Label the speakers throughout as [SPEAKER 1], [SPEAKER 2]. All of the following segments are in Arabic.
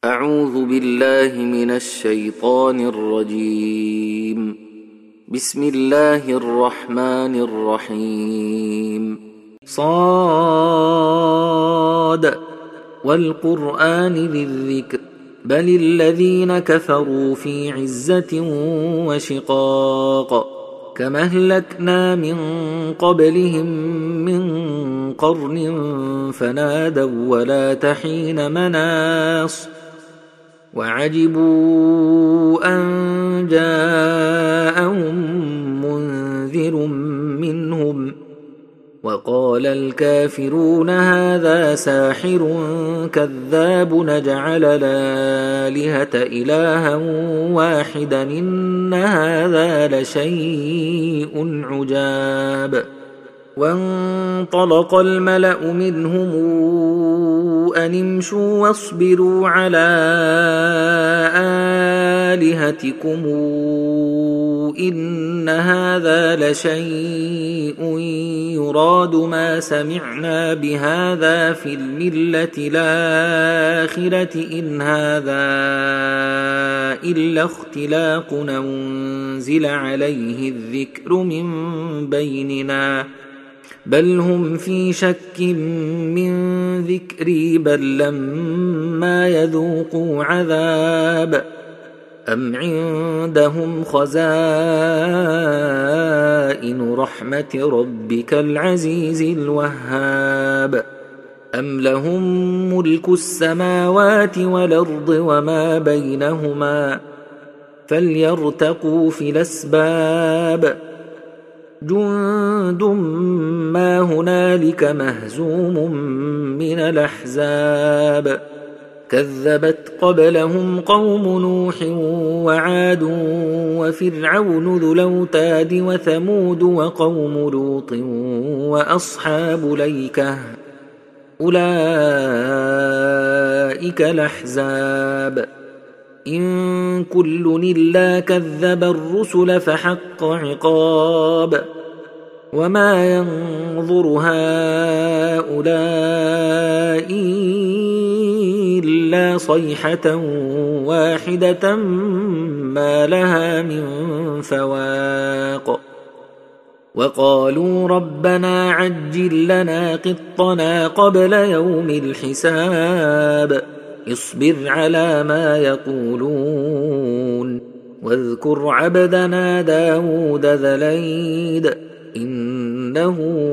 [SPEAKER 1] أعوذ بالله من الشيطان الرجيم. بسم الله الرحمن الرحيم. صاد والقرآن ذي الذكر بل الذين كفروا في عزة وشقاق كما أهلكنا من قبلهم من قرن فنادوا ولا تحين مناص وعجبوا أن جاءهم منذر منهم وقال الكافرون هذا ساحر كذاب نجعل الآلهة إلها واحدا إن هذا لشيء عجاب. وانطلق الملأ منهم أن امشوا واصبروا على آلهتكم إن هذا لشيء يراد ما سمعنا بهذا في الملة الآخرة إن هذا إلا اختلاق أنزل عليه الذكر من بيننا بل هم في شك من ذكري بل لما يذوقوا عذاب أم عندهم خزائن رحمة ربك العزيز الوهاب أم لهم ملك السماوات والأرض وما بينهما فليرتقوا في الأسباب جند ما هنالك مهزوم من الأحزاب كذبت قبلهم قوم نوح وعاد وفرعون ذو الأوتاد وثمود وقوم لوط وأصحاب الأيكة أولئك الأحزاب إن كل إلا كذب الرسل فحق عقاب وما ينظر هؤلاء إلا صيحة واحدة ما لها من فواق وقالوا ربنا عجل لنا قطنا قبل يوم الحساب اصبر على ما يقولون واذكر عبدنا داود ذا الأيد إنه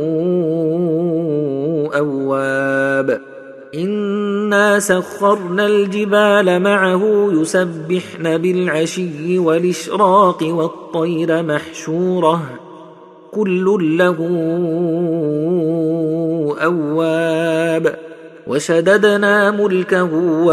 [SPEAKER 1] أواب إنا سخرنا الجبال معه يسبحن بالعشي والإشراق والطير محشورة كل له أواب وشددنا ملكه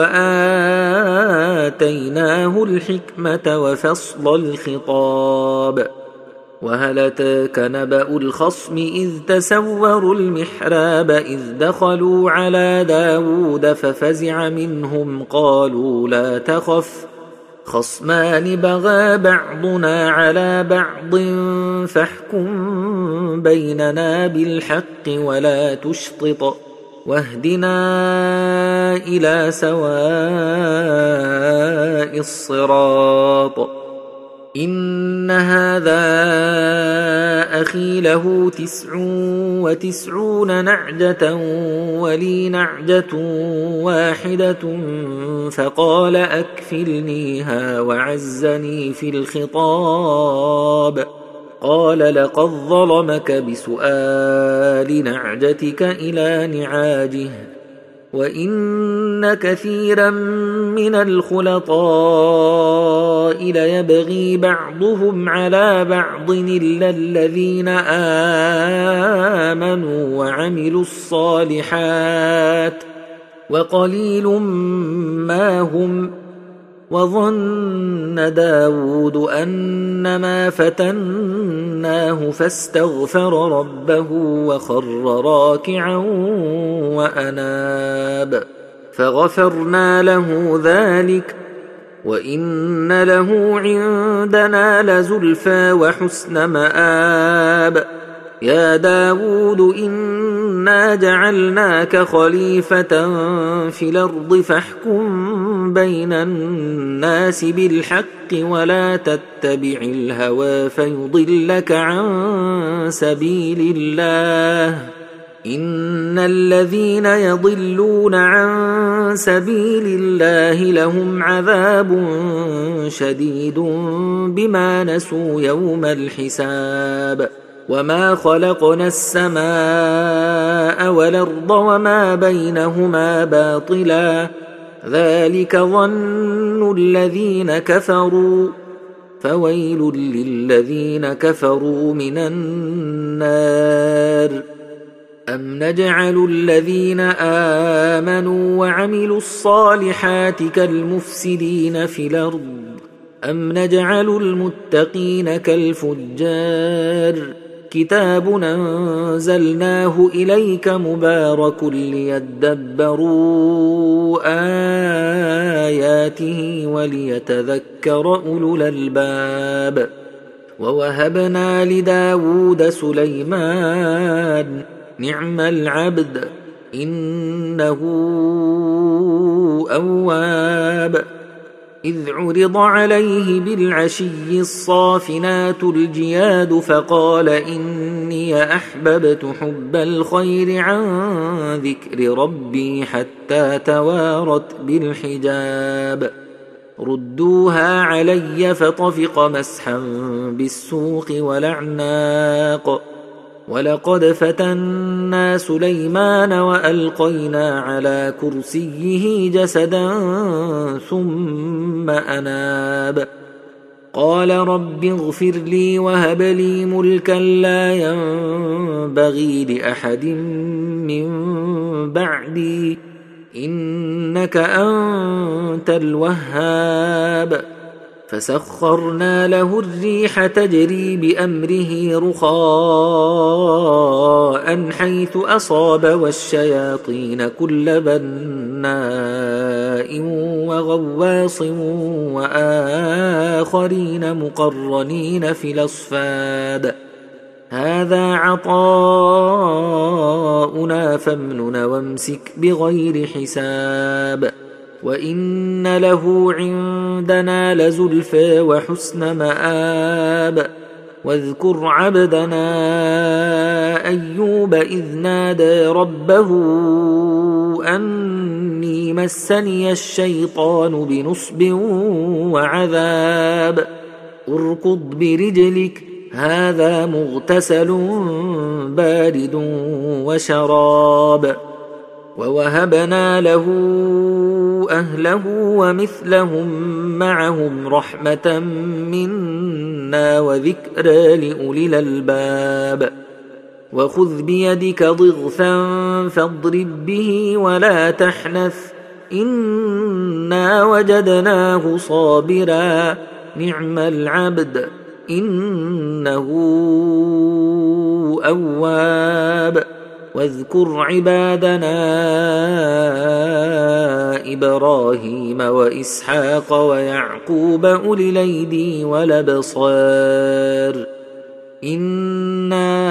[SPEAKER 1] وآتيناه الحكمة وفصل الخطاب وهل أتاك نبأ الخصم إذ تسوروا المحراب إذ دخلوا على داود ففزع منهم قالوا لا تخف خصمان بغى بعضنا على بعض فاحكم بيننا بالحق ولا تشطط واهدنا إلى سواء الصراط إن هذا أخي له 99 نعجة ولي نعجة واحدة فقال أكفلنيها وعزني في الخطاب قال لقد ظلمك بسؤال نعجتك إلى نعاجه وإن كثيرا من الخلطاء ليبغي بعضهم على بعض إلا الذين آمنوا وعملوا الصالحات وقليل ما هم وظن داود أنما فتناه فاستغفر ربه وخر راكعا وأناب فغفرنا له ذلك وإن له عندنا لزلفى وحسن مآب يا داود إنا جعلناك خليفة في الأرض فاحكم بين الناس بالحق ولا تتبع الهوى فيضلك عن سبيل الله إن الذين يضلون عن سبيل الله لهم عذاب شديد بما نسوا يوم الحساب وما خلقنا السماء والأرض وما بينهما باطلا ذلك ظن الذين كفروا فويل للذين كفروا من النار أم نجعل الذين آمنوا وعملوا الصالحات كالمفسدين في الأرض أم نجعل المتقين كالفجار كتاب أنزلناه إليك مبارك ليدبروا آياته وليتذكر أولو الألباب ووهبنا لداود سليمان نعم العبد إنه أواب إذ عرض عليه بالعشي الصافنات الجياد فقال إني أحببت حب الخير عن ذكر ربي حتى توارت بالحجاب ردوها علي فطفق مسحا بالسوق والأعناق ولقد فتنا سليمان وألقينا على كرسيه جسدا ثم أناب قال رب اغفر لي وهب لي ملكا لا ينبغي لأحد من بعدي إنك أنت الوهاب فسخرنا له الريح تجري بأمره رخاء حيث أصاب والشياطين كل بناء وغواص وآخرين مقرنين في الأصفاد هذا عطاؤنا فامنن وامسك بغير حساب وإن له عندنا لزلفى وحسن مآب واذكر عبدنا أيوب إذ نادى ربه أني مسني الشيطان بنصب وعذاب اركض برجلك هذا مغتسل بارد وشراب ووهبنا له أهله ومثلهم معهم رحمة منا وذكرى لأولي الألباب وخذ بيدك ضغثا فاضرب به ولا تحنث إنا وجدناه صابرا نعم العبد إنه أواب واذكر عبادنا إبراهيم وإسحاق ويعقوب أولي الأيدي والأبصار إنا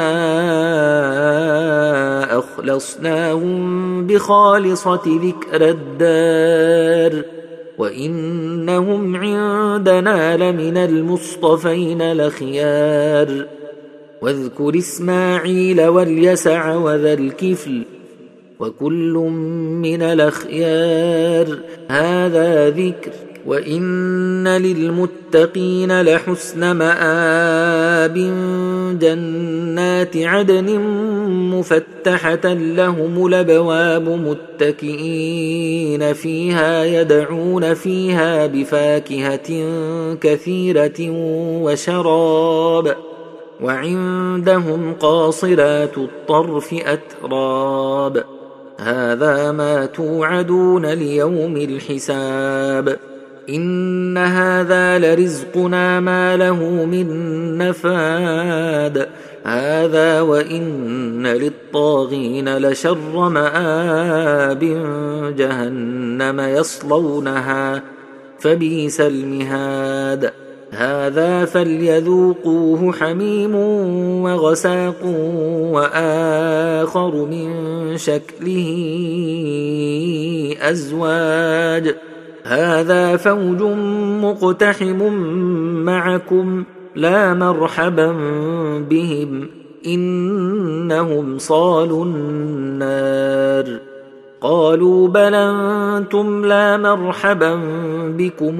[SPEAKER 1] أخلصناهم بخالصة ذكر الدار وإنهم عندنا لمن المصطفين الأخيار واذكر إسماعيل واليسع وذا الكفل وكل من الأخيار هذا ذكر وإن للمتقين لحسن مآب جنات عدن مفتحة لهم الأبواب متكئين فيها يدعون فيها بفاكهة كثيرة وشراب وعندهم قاصرات الطرف أتراب هذا ما توعدون ليوم الحساب إن هذا لرزقنا ما له من نفاد هذا وإن للطاغين لشر مآب جهنم يصلونها فبئس المهاد هذا فليذوقوه حميم وغساق وآخر من شكله أزواج هذا فوج مقتحم معكم لا مرحبا بهم إنهم صالوا النار قالوا بل أنتم لا مرحبا بكم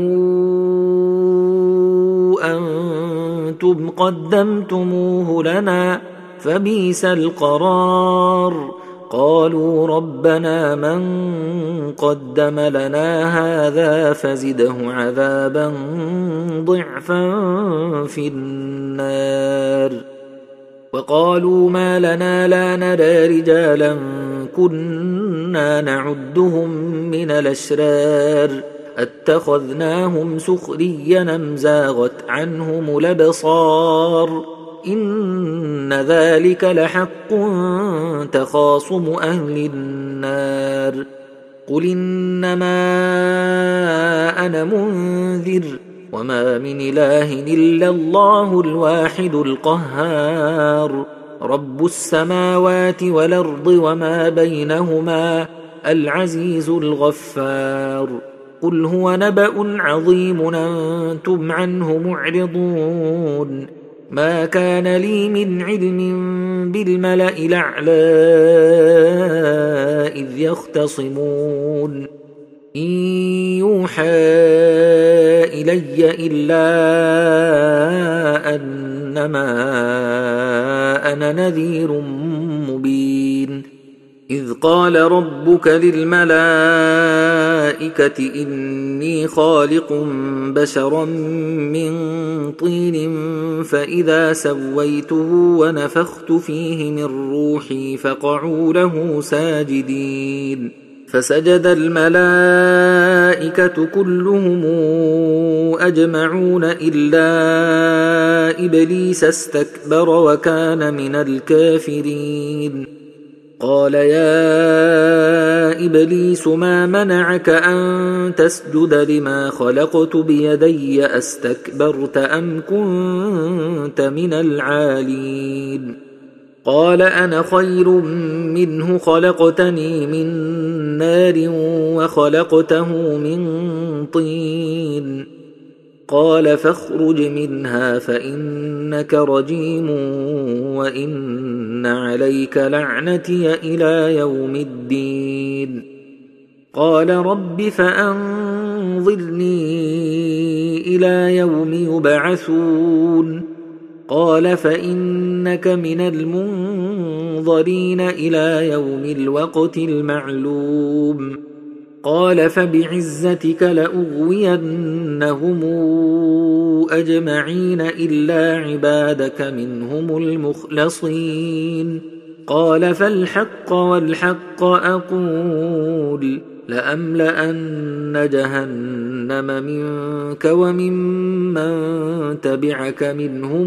[SPEAKER 1] أنتم قدمتموه لنا فبئس القرار قالوا ربنا من قدم لنا هذا فزده عذابا ضعفا في النار وقالوا ما لنا لا نرى رجالا كنا نعدهم من الأشرار اتخذناهم سخريا أم زاغت عنهم الأبصار إن ذلك لحق تخاصم أهل النار قل إنما أنا منذر وما من إله إلا الله الواحد القهار رب السماوات والأرض وما بينهما العزيز الغفار قل هو نبأ عظيم أنتم عنه معرضون ما كان لي من علم بالملأ الأعلى إذ يختصمون إن يوحى إلي إلا أنما أنا نذير مبين إذ قال ربك للملائكة إني خالق بشرا من طين فإذا سويته ونفخت فيه من روحي فقعوا له ساجدين فسجد الملائكة كلهم أجمعون إلا إبليس استكبر وكان من الكافرين قال يا إبليس ما منعك أن تسجد لما خلقت بيدي أستكبرت أم كنت من العالين قال أنا خير منه خلقتني من نار وخلقته من طين قال فاخرج منها فإنك رجيم وإن عليك لعنتي إلى يوم الدين قال رب فأنظرني إلى يوم يبعثون قال فإنك من المنظرين إلى يوم الوقت المعلوم قال فبعزتك لأغوينهم أجمعين إلا عبادك منهم المخلصين قال فالحق والحق أقول لأملأن جهنم منك وممن تبعك منهم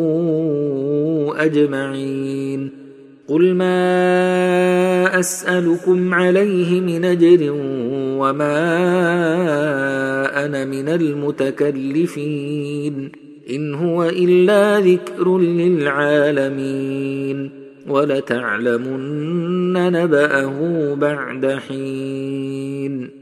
[SPEAKER 1] أجمعين قل ما أسألكم عليه من أجر وما أنا من المتكلفين إن هو إلا ذكر للعالمين ولتعلمن نبأه بعد حين